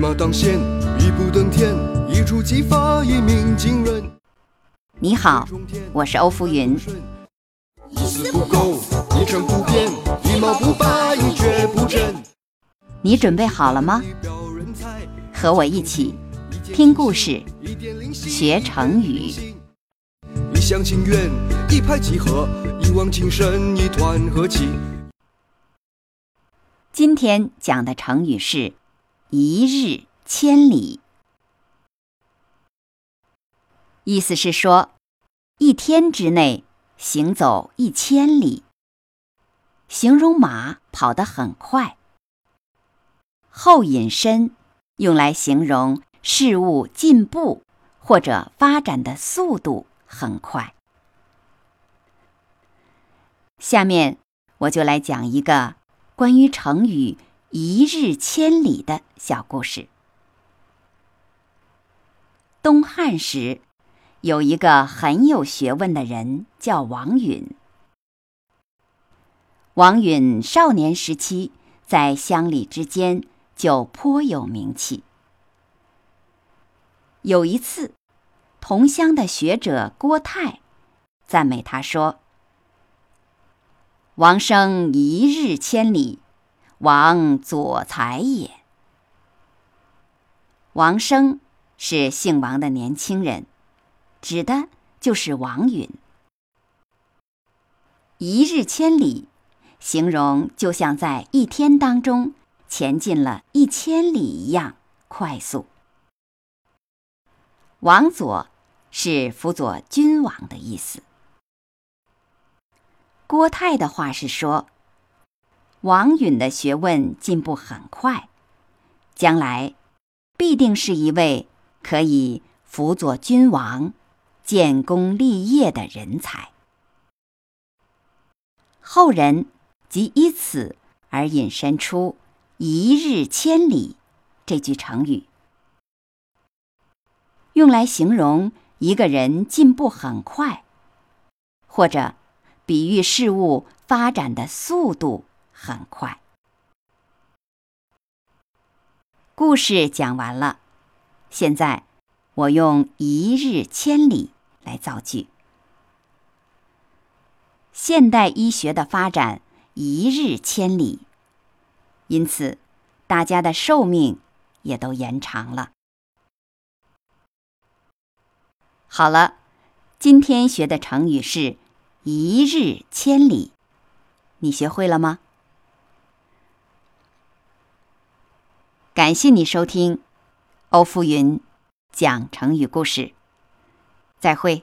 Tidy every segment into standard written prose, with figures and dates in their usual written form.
马当先，一步登天，一触即发，一鸣惊人。 你好，我是欧福云。 一丝不苟，一成不变，一毛不拔，一蹶不振。 你准备好了吗？和我一起听故事，学成语。 一厢情愿，一拍即合，一往情深，一团和气。 今天讲的成语是一日千里，意思是说一天之内行走1000里，形容马跑得很快。后引申用来形容事物进步或者发展的速度很快。下面我就来讲一个关于成语一日千里的小故事。东汉时，有一个很有学问的人叫王允。王允少年时期在乡里之间就颇有名气。有一次，同乡的学者郭泰赞美他说：“王生一日千里，王佐才也。”王生是姓王的年轻人，指的就是王允。一日千里，形容就像在一天当中前进了1000里一样快速。王佐是辅佐君王的意思。郭泰的话是说，王允的学问进步很快，将来必定是一位可以辅佐君王、建功立业的人才。后人即以此而引申出一日千里这句成语，用来形容一个人进步很快，或者比喻事物发展的速度很快。故事讲完了，现在我用一日千里来造句。现代医学的发展一日千里，因此大家的寿命也都延长了。好了，今天学的成语是一日千里，你学会了吗？感谢你收听欧福云讲成语故事，再会。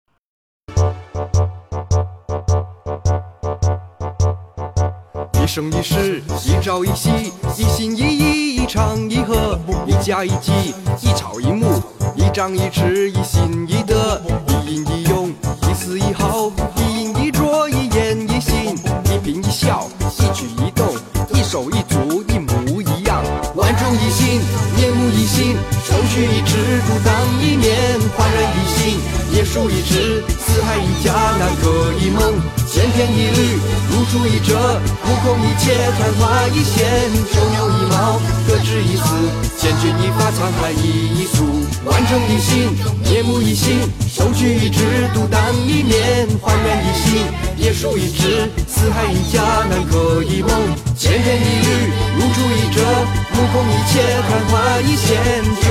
一生一世，一朝一夕，一心一意，一唱一和，一家一计，一草一木，一张一弛，一心一德，一阴一用，一丝一毫，一饮一啄，一言一行，一颦一笑，一举一动，一手一足，一模一样，万众一心，面目一新，手取一指，独当一面，焕然一新，叶树一枝，四海一家，南柯一梦，千篇一律，如出一辙，目空一切，昙花一现，九牛一毛，各执一词，千钧一发，沧海一粟，万众一心，面目一新，手取一指，独当一面，焕然一新，叶树一枝，四海一家，南柯一梦，千篇一律，如出一辙，目空一切，昙花一现。